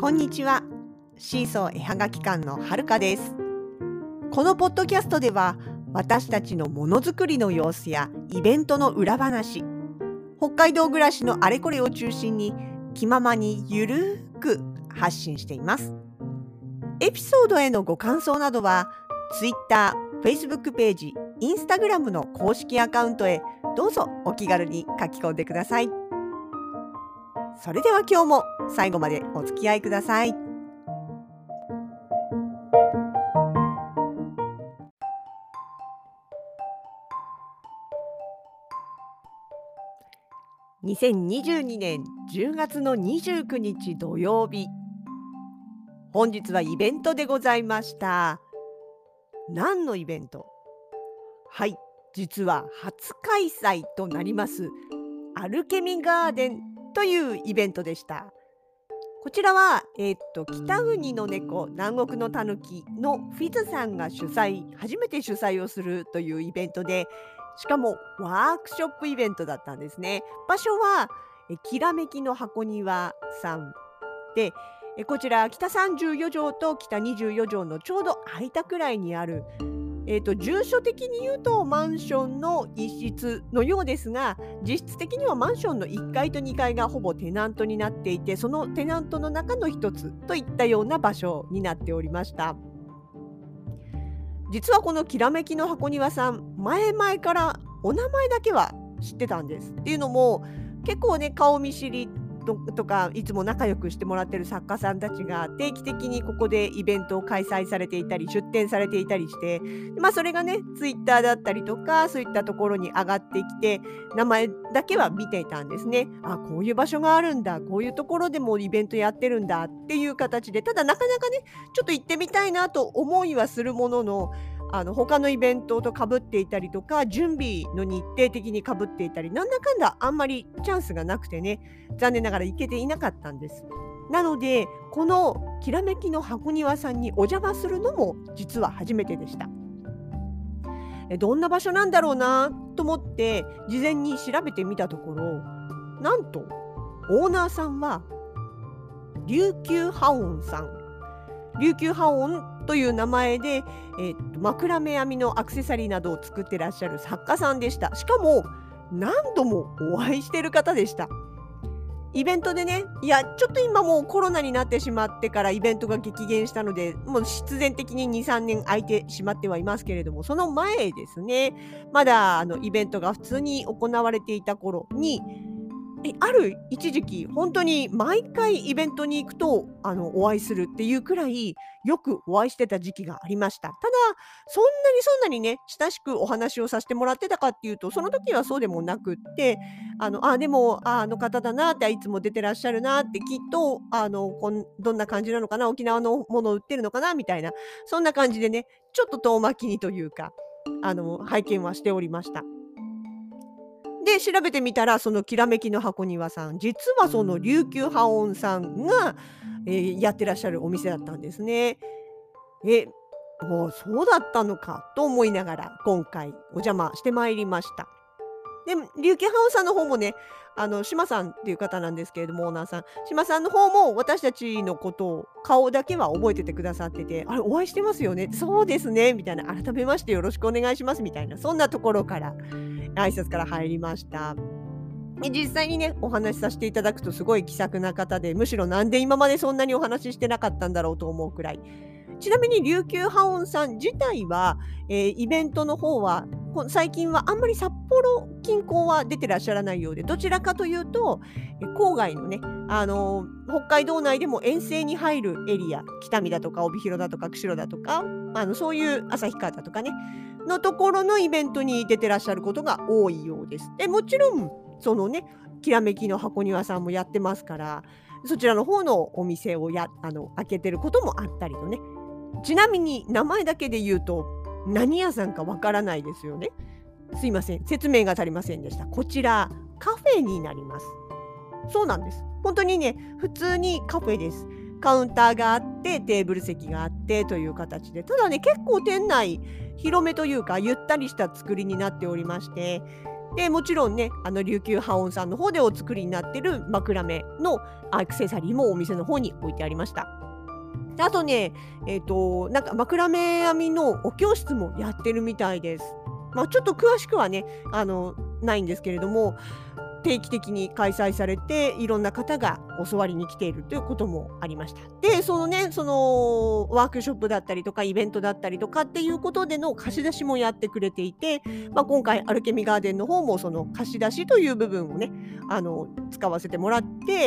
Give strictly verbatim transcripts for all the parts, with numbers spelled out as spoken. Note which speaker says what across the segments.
Speaker 1: こんにちは。シーソー絵はがき館のはるかです。このポッドキャストでは、私たちのものづくりの様子やイベントの裏話、北海道暮らしのあれこれを中心に気ままにゆるーく発信しています。エピソードへのご感想などは Twitter、Facebook ページ、Instagram の公式アカウントへどうぞお気軽に書き込んでください。それでは今日も最後までお付き合いください。にせんにじゅうにねんじゅうがつのにじゅうくにち土曜日、本日はイベントでございました。何のイベント？はい、実は初開催となりますアルケミガーデンというイベントでした。こちらは、えーっと北国の猫、南国のタヌキのフィズさんが主催、初めて主催をするというイベントで、しかもワークショップイベントだったんですね。場所はえきらめきの箱庭さんで、えこちら北さんじゅうよじょうと北にじゅうよじょうのちょうど空いたくらいにある、えーと住所的に言うとマンションの一室のようですが、実質的にはマンションのいっかいとにかいがほぼテナントになっていて、そのテナントの中の一つといったような場所になっておりました。実はこのきらめきの箱庭さん、前々からお名前だけは知ってたんです。っていうのも、結構ね、顔見知りととかいつも仲良くしてもらってる作家さんたちが定期的にここでイベントを開催されていたり出展されていたりして、まあそれがねツイッターだったりとかそういったところに上がってきて、名前だけは見ていたんですね。あ、こういう場所があるんだ、こういうところでもイベントやってるんだっていう形で、ただなかなかねちょっと行ってみたいなと思いはするものの、あの他のイベントとかぶっていたりとか、準備の日程的にかぶっていたり、なんだかんだあんまりチャンスがなくてね、残念ながら行けていなかったんです。なのでこのきらめきの箱庭さんにお邪魔するのも実は初めてでした。えどんな場所なんだろうなと思って事前に調べてみたところ、なんとオーナーさんは琉球ハオンさん、琉球ハオンという名前で、えーと枕目編みのアクセサリーなどを作ってらっしゃる作家さんでした。しかも何度もお会いしている方でした。イベントでね、いやちょっと今もうコロナになってしまってからイベントが激減したので、もう必然的ににさんねん空いてしまってはいますけれども、その前ですね、まだあのイベントが普通に行われていた頃に、えある一時期本当に毎回イベントに行くとあのお会いするっていうくらいよくお会いしてた時期がありました。ただそんなにそんなにね親しくお話をさせてもらってたかっていうと、その時はそうでもなくって、あのあでもああの方だなって、いつも出てらっしゃるなって、きっとあのこんどんな感じなのかな、沖縄のものを売ってるのかなみたいな、そんな感じでね、ちょっと遠巻きにというか、あの拝見はしておりました。で、調べてみたら、そのきらめきの箱庭さん、実はその琉球ハオンさんが、えーやってらっしゃるお店だったんですね。え、おそうだったのかと思いながら、今回お邪魔してまいりました。で、琉球ハオンさんの方もね、あの島さんっていう方なんですけれども、オーナーさん、島さんの方も私たちのことを顔だけは覚えててくださってて、あれお会いしてますよね、そうですねみたいな、改めましてよろしくお願いしますみたいな、そんなところから挨拶から入りました。で実際にね、お話しさせていただくとすごい気さくな方で、むしろなんで今までそんなにお話ししてなかったんだろうと思うくらい。ちなみに琉球ハオンさん自体は、えーイベントの方はこ最近はあんまり札幌近郊は出てらっしゃらないようで、どちらかというと、え郊外のね、あのー北海道内でも遠征に入るエリア、北見だとか帯広だとか釧路だとか、あのそういう旭川だとかねのところのイベントに出てらっしゃることが多いようです。でもちろんそのね、きらめきの箱庭さんもやってますから、そちらの方のお店をやあの開けてることもあったりとね。ちなみに名前だけで言うと何屋さんかわからないですよね。すいません、説明が足りませんでした。こちらカフェになります。そうなんです。本当にね、普通にカフェです。カウンターがあってテーブル席があってという形で、ただね結構店内広めというかゆったりした作りになっておりまして、 で、もちろんね、あの琉球ハオンさんの方でお作りになってる枕目のアクセサリーもお店の方に置いてありました。で、あとね、えっと、なんか枕目編みのお教室もやってるみたいです。まあ、ちょっと詳しくはね、あの、ないんですけれども、定期的に開催されて、いろんな方が教わりに来ているということもありました。で、そのね、そのワークショップだったりとか、イベントだったりとかっていうことでの貸し出しもやってくれていて、まあ、今回アルケミガーデンの方もその貸し出しという部分をね、あの、使わせてもらって、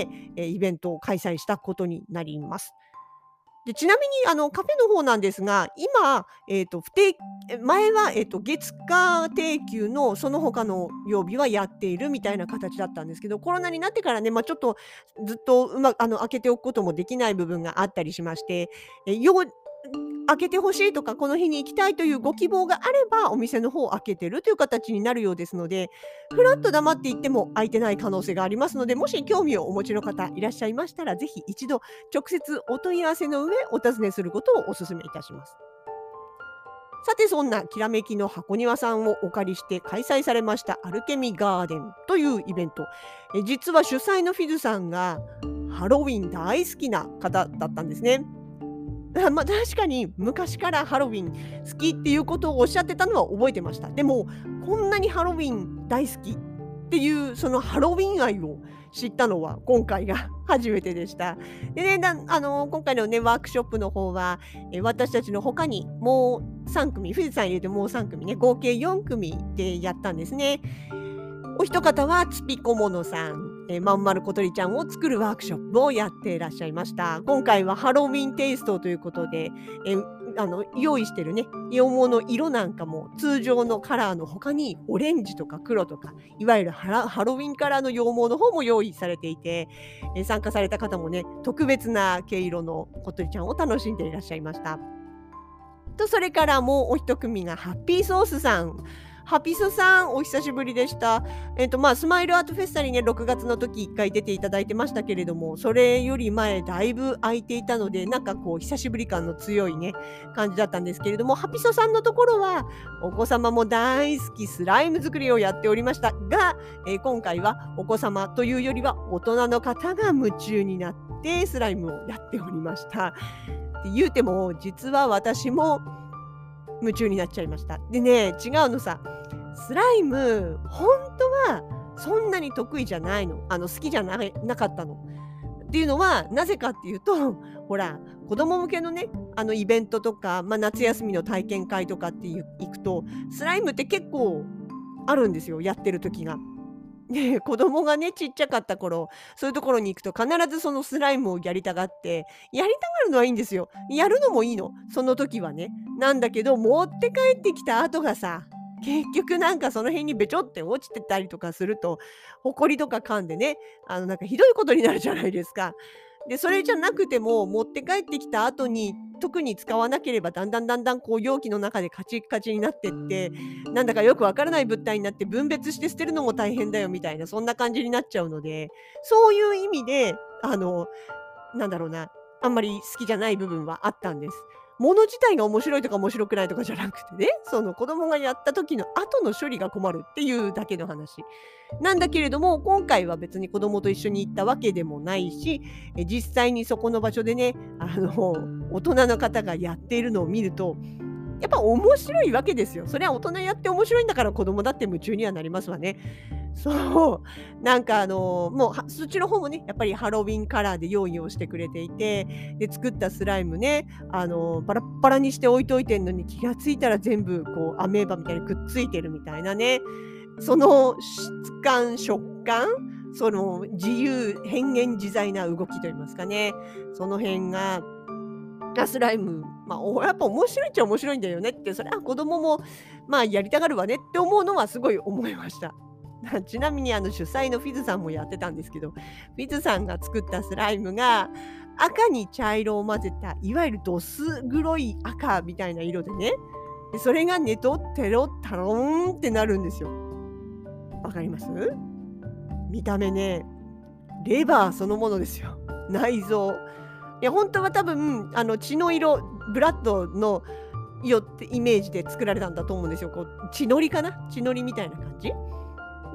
Speaker 1: え、イベントを開催したことになります。で、ちなみにあのカフェの方なんですが、今、えっと、不定え、前は、えっと、月火定休のその他の曜日はやっているみたいな形だったんですけど、コロナになってからね、ま、ちょっとずっとうまあの、開けておくこともできない部分があったりしまして、え、よ開けてほしいとか、この日に行きたいというご希望があれば、お店の方を開けてるという形になるようですので、ふらっと黙って行っても開いてない可能性がありますので、もし興味をお持ちの方いらっしゃいましたら、ぜひ一度直接お問い合わせの上、お尋ねすることをお勧めいたします。さて、そんなきらめきの箱庭さんをお借りして開催されましたアルケミガーデンというイベント。え実は主催のフィズさんがハロウィン大好きな方だったんですね。まあ、確かに昔からハロウィン好きっていうことをおっしゃってたのは覚えてました。でも、こんなにハロウィン大好きっていうそのハロウィン愛を知ったのは今回が初めてでした。でね、だあの、今回のね、ワークショップの方は、え、私たちの他にもうさん組、富士山入れてもうさん組ね、合計よん組でやったんですね。お一方はつぴこものさん、え、まんまることりちゃんを作るワークショップをやっていらっしゃいました。今回はハロウィンテイストということで、え、あの、用意してるね、羊毛の色なんかも通常のカラーの他にオレンジとか黒とか、いわゆるハラハロウィンカラーの羊毛の方も用意されていて、え、参加された方もね、特別な毛色のことりちゃんを楽しんでいらっしゃいました。と、それからもうお一組がハッピーソースさん。ハピソさん、お久しぶりでした。えっと、まあ、スマイルアートフェスタにね、ろくがつの時いっかい出ていただいてましたけれども、それより前だいぶ空いていたので、なんかこう久しぶり感の強いね、感じだったんですけれども、ハピソさんのところは、お子様も大好きスライム作りをやっておりましたが、えー今回はお子様というよりは大人の方が夢中になってスライムをやっておりました。って言うても、実は私も夢中になっちゃいました。でね、違うのさ、スライム、本当はそんなに得意じゃないの。あの、好きじゃないなかったの。っていうのは、なぜかっていうと、ほら、子供向けのね、あの、イベントとか、まあ、夏休みの体験会とかっていう行くと、スライムって結構あるんですよ、やってる時が。で、子供がね、ちっちゃかった頃、そういうところに行くと必ずそのスライムをやりたがって、やりたがるのはいいんですよ。やるのもいいの、その時はね。なんだけど、持って帰ってきた後がさ、結局なんかその辺にべちょって落ちてたりとかすると、ほこりとか噛んでね、あのなんかひどいことになるじゃないですか。で、それじゃなくても、持って帰ってきた後に、特に使わなければだんだんだんだんこう容器の中でカチッカチになってって、なんだかよくわからない物体になって分別して捨てるのも大変だよみたいな、そんな感じになっちゃうので、そういう意味で、あの、なんだろうな、あんまり好きじゃない部分はあったんです。もの自体が面白いとか面白くないとかじゃなくてね、その子供がやった時の後の処理が困るっていうだけの話。なんだけれども、今回は別に子供と一緒に行ったわけでもないし、え実際にそこの場所でね、あの、大人の方がやっているのを見ると、やっぱ面白いわけですよ。それは大人やって面白いんだから子供だって夢中にはなりますわね。そう。なんかあの、もうはそっちの方もね、やっぱりハロウィンカラーで用意をしてくれていて、で、作ったスライムね、あの、バラッバラにして置いといてんのに気がついたら全部こうアメーバみたいにくっついてるみたいなね。その質感、食感、その自由変幻自在な動きと言いますかね。その辺があ、スライム、まあ、おやっぱ面白いっちゃ面白いんだよねって、それは子供も、まあ、やりたがるわねって思うのはすごい思いました。ちなみにあの主催のフィズさんもやってたんですけど、フィズさんが作ったスライムが赤に茶色を混ぜた、いわゆるどす黒い赤みたいな色でね、でそれがねとテロッタローンってなるんですよ。わかります？見た目ね、レバーそのものですよ。内臓。いや、本当は多分、あの、血の色、ブラッドの色ってイメージで作られたんだと思うんですよ。こう、血のりかな？血のりみたいな感じ？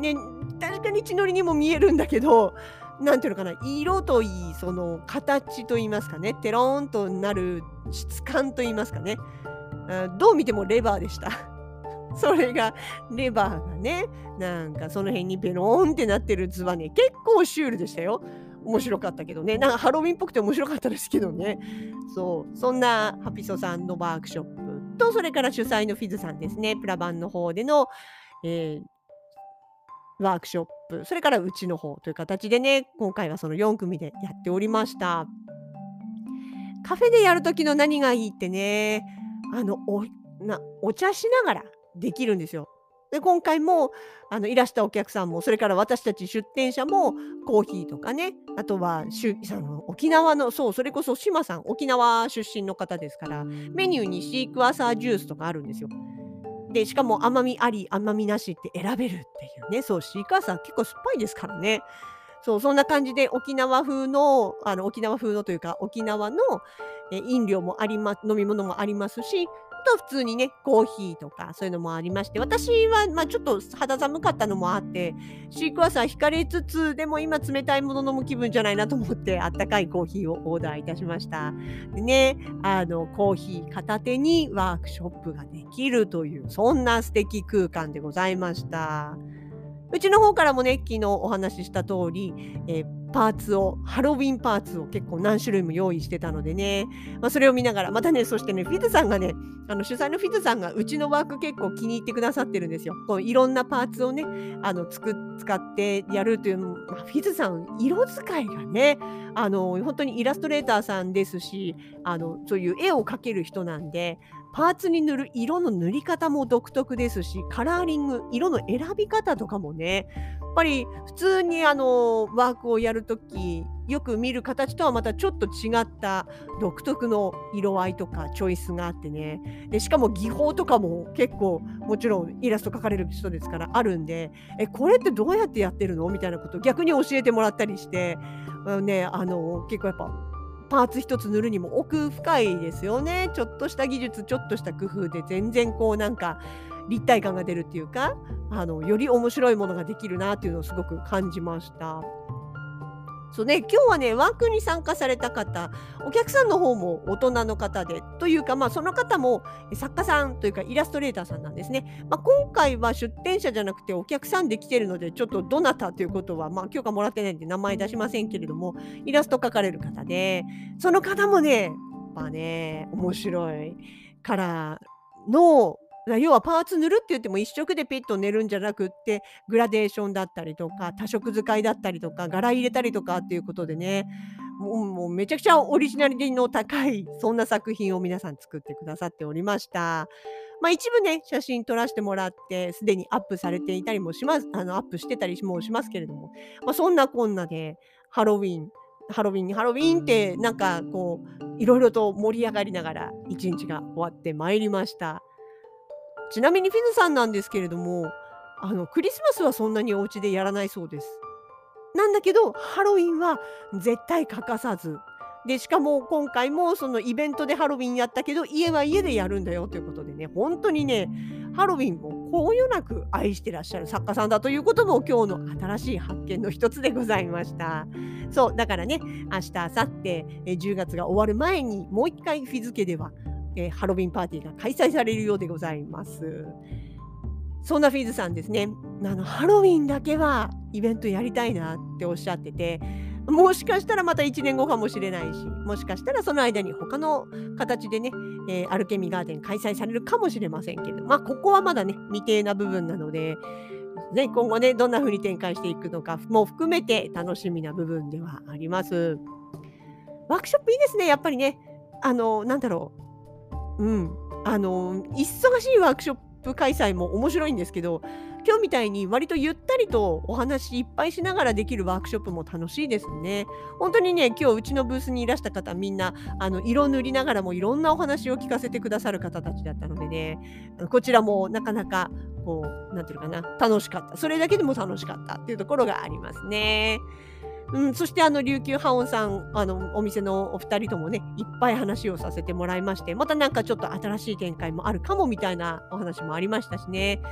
Speaker 1: ね、確かに血のりにも見えるんだけど、なんていうのかな、色といい、その形と言いますかね、テローンとなる質感と言いますかね、あ、どう見てもレバーでした。それがレバーがね、なんかその辺にベローンってなってる図はね、結構シュールでしたよ。面白かったけどね。なんかハロウィンっぽくて面白かったですけどね。そう、そんなハピソさんのワークショップと、それから主催のフィズさんですね、プラバンの方での、えーワークショップ、それからうちの方という形でね、今回はそのよん組でやっておりました。カフェでやる時の何がいいってね、あの、おなお茶しながらできるんですよ。で、今回もあのいらしたお客さんも、それから私たち出店者もコーヒーとかね、あとはしゅあの沖縄の、そう、それこそ志麻さん、沖縄出身の方ですから、メニューにシークワーサージュースとかあるんですよ。で、しかも甘みあり、甘みなしって選べるっていうね、そう、シークワーサー結構酸っぱいですからね。そう、そんな感じで沖縄風の、あの、沖縄風のというか、沖縄の、え、飲料もありま飲み物もありますし、あとは普通にね、コーヒーとかそういうのもありまして、私は、ま、ちょっと肌寒かったのもあって、シークワーサー引かれつつ、でも今冷たいもの飲む気分じゃないなと思って、あったかいコーヒーをオーダーいたしました。でね、あの、コーヒー片手にワークショップができるという、そんな素敵空間でございました。うちの方からもね、昨日お話しした通り、えーパーツを、ハロウィンパーツを結構何種類も用意してたのでね、まあ、それを見ながら、またね、そしてね、フィズさんがね、あの主催のフィズさんがうちのワーク結構気に入ってくださってるんですよ。こういろんなパーツをね、あのつく使ってやるというのも、まあ、フィズさん、色使いがね、あの本当にイラストレーターさんですし、あのそういう絵を描ける人なんで、パーツに塗る色の塗り方も独特ですし、カラーリング、色の選び方とかもね、やっぱり普通にあのワークをやるとき、よく見る形とはまたちょっと違った独特の色合いとかチョイスがあってね。で、しかも技法とかも結構もちろんイラスト描かれる人ですからあるんで、え、これってどうやってやってるのみたいなことを逆に教えてもらったりして、あのね、あの結構やっぱパーツ一つ塗るにも奥深いですよね。ちょっとした技術、ちょっとした工夫で全然こうなんか立体感が出るっていうか、あのより面白いものができるなっていうのをすごく感じました。そうね、今日はね、ワークに参加された方、お客さんの方も大人の方で、というか、まあ、その方もえ作家さんというかイラストレーターさんなんですね。まあ、今回は出店者じゃなくてお客さんで来てるので、ちょっとどなたということは、まあ、許可もらってないんで名前出しませんけれども、イラスト描かれる方で、その方もね、やっぱね、面白いカラーの、要はパーツ塗るって言っても一色でピッと塗るんじゃなくって、グラデーションだったりとか、多色使いだったりとか、柄入れたりとかっていうことでね、もうもうめちゃくちゃオリジナリティの高い、そんな作品を皆さん作ってくださっておりました。ま、一部ね、写真撮らしてもらって、すでにアップされていたりもしますあの、アップしてたりもしますけれども、ま、そんなこんなで、ハロウィンハロウィンハロウィンってなんかこう、色々と盛り上がりながらいちにちが終わってまいりました。ちなみにフィズさんなんですけれども、あの、クリスマスはそんなにお家でやらないそうです。なんだけど、ハロウィンは絶対欠かさず。で、しかも今回もそのイベントでハロウィンやったけど、家は家でやるんだよということでね、ほんとにね、ハロウィンをこよなく愛してらっしゃる作家さんだということも今日の新しい発見の一つでございました。そう、だからね、明日、明後日、え、じゅうがつが終わる前にもう一回フィズ家では、え、ハロウィンパーティーが開催されるようでございます。そんなフィズさんですね、あの、ハロウィンだけはイベントやりたいなっておっしゃってて、もしかしたらまたいちねんごかもしれないし、もしかしたらその間に他の形でね、えーアルケミガーデン開催されるかもしれませんけど、ま、ここはまだね、未定な部分なので、ね、今後ね、どんな風に展開していくのかも含めて楽しみな部分ではあります。ワークショップいいですね、やっぱりね。あの、なんだろう、うん、あの、忙しいワークショップ開催も面白いんですけど、今日みたいに割とゆったりとお話いっぱいしながらできるワークショップも楽しいですね。本当にね、今日うちのブースにいらした方みんな、あの、色塗りながらもいろんなお話を聞かせてくださる方たちだったのでね、こちらもなかなかこう、なんていうのかな、楽しかった。それだけでも楽しかったっていうところがありますね。うん、そしてあの琉球ハオンさん、あのお店のお二人ともね、いっぱい話をさせてもらいまして、またなんかちょっと新しい展開もあるかもみたいなお話もありましたしね。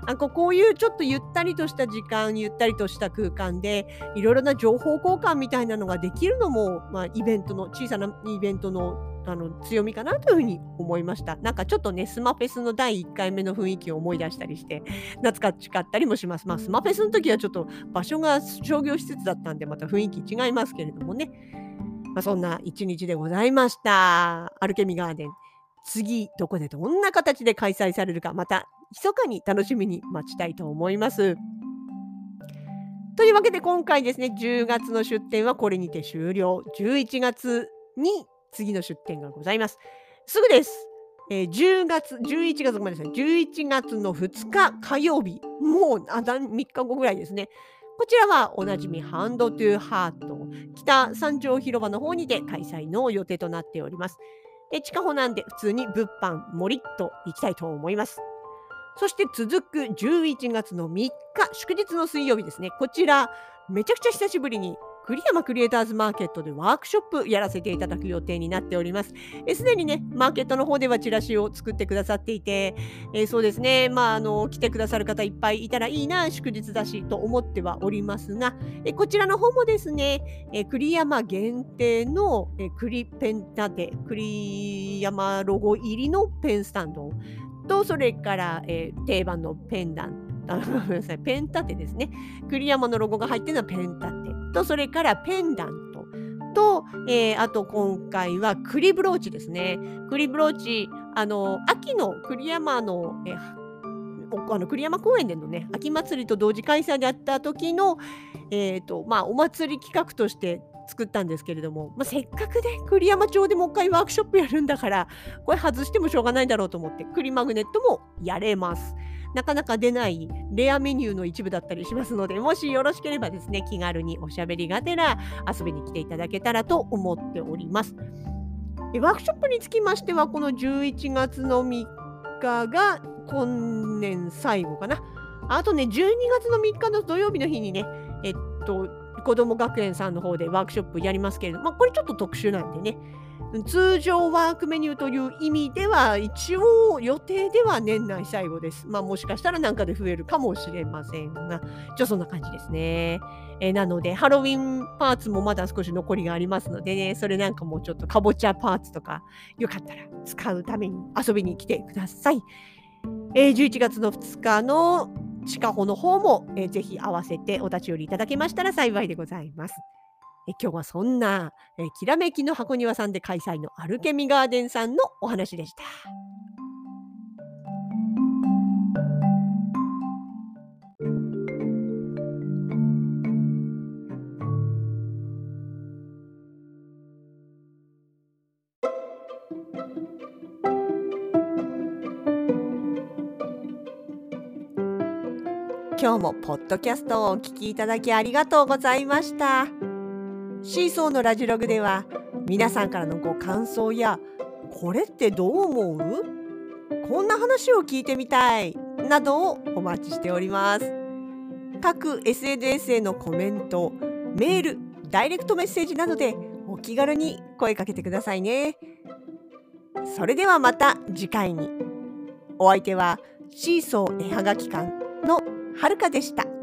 Speaker 1: あここういうちょっとゆったりとした時間、ゆったりとした空間で、いろいろな情報交換みたいなのができるのも、まあ、イベントの小さなイベントのあの強みかなというふうに思いました。なんかちょっとね、スマフェスのだいいっかいめの雰囲気を思い出したりして、懐かしかったりもします。まあ、スマフェスの時はちょっと場所が商業施設だったんで、また雰囲気違いますけれどもね。まあ、そんな一日でございました。アルケミガーデン。次、どこでどんな形で開催されるか、また密かに楽しみに待ちたいと思います。というわけで今回ですね、じゅうがつの出店はこれにて終了。じゅういちがつに次の出店がございます。すぐです。えー、じゅうがつ、じゅういちがつごめんなさい。じゅういちがつのふつか火曜日。もうあだみっかごぐらいですね。こちらはおなじみハンドトゥーハート北三条広場の方にて開催の予定となっております。え近穂なんで普通に物販もりっと行きたいと思います。そして続くじゅういちがつのみっか祝日の水曜日ですね。こちらめちゃくちゃ久しぶりに栗山クリエイターズマーケットでワークショップやらせていただく予定になっております。すでにねマーケットの方ではチラシを作ってくださっていて、えー、そうですねまああの来てくださる方いっぱいいたらいいな祝日だしと思ってはおりますが、えこちらの方もですね、え栗山限定のえ栗ペン立て栗山ロゴ入りのペンスタンドとそれから、えー、定番のペンダンあごめんなさいペン立てですね。栗山のロゴが入っているのはペン立てとそれからペンダントと、えー、あと今回は栗ブローチですね。栗ブローチあの秋の栗山の、えーあの栗山公園でのね秋祭りと同時開催であった時の、えーとまあ、お祭り企画として作ったんですけれども、まあ、せっかくね栗山町でもう一回ワークショップやるんだからこれ外してもしょうがないだろうと思って栗マグネットもやれます。なかなか出ないレアメニューの一部だったりしますので、もしよろしければですね気軽におしゃべりがてら遊びに来ていただけたらと思っております。ワークショップにつきましてはこのじゅういちがつのみっかが今年最後かな。あとねじゅうにがつのみっかの土曜日の日にねえっと子ども学園さんの方でワークショップやりますけれども、まあ、これちょっと特殊なんでね通常ワークメニューという意味では一応予定では年内最後です。まあもしかしたらなんかで増えるかもしれませんが、ちょそんな感じですね。えー、なのでハロウィンパーツもまだ少し残りがありますのでね、それなんかもちょっとかぼちゃパーツとかよかったら使うために遊びに来てください。えー、じゅういちがつのふつかの近穂の方も、えー、ぜひ合わせてお立ち寄りいただけましたら幸いでございます。え今日はそんな、えきらめきの箱庭さんで開催のアルケミガーデンさんのお話でした。今日もポッドキャストをお聞きいただきありがとうございました。シーソーのラジログでは皆さんからのご感想やこれってどう思う？こんな話を聞いてみたいなどをお待ちしております。各 エスエヌエス へのコメント、メール、ダイレクトメッセージなどでお気軽に声かけてくださいね。それではまた次回に。お相手はシーソー絵はがき館のはるかでした。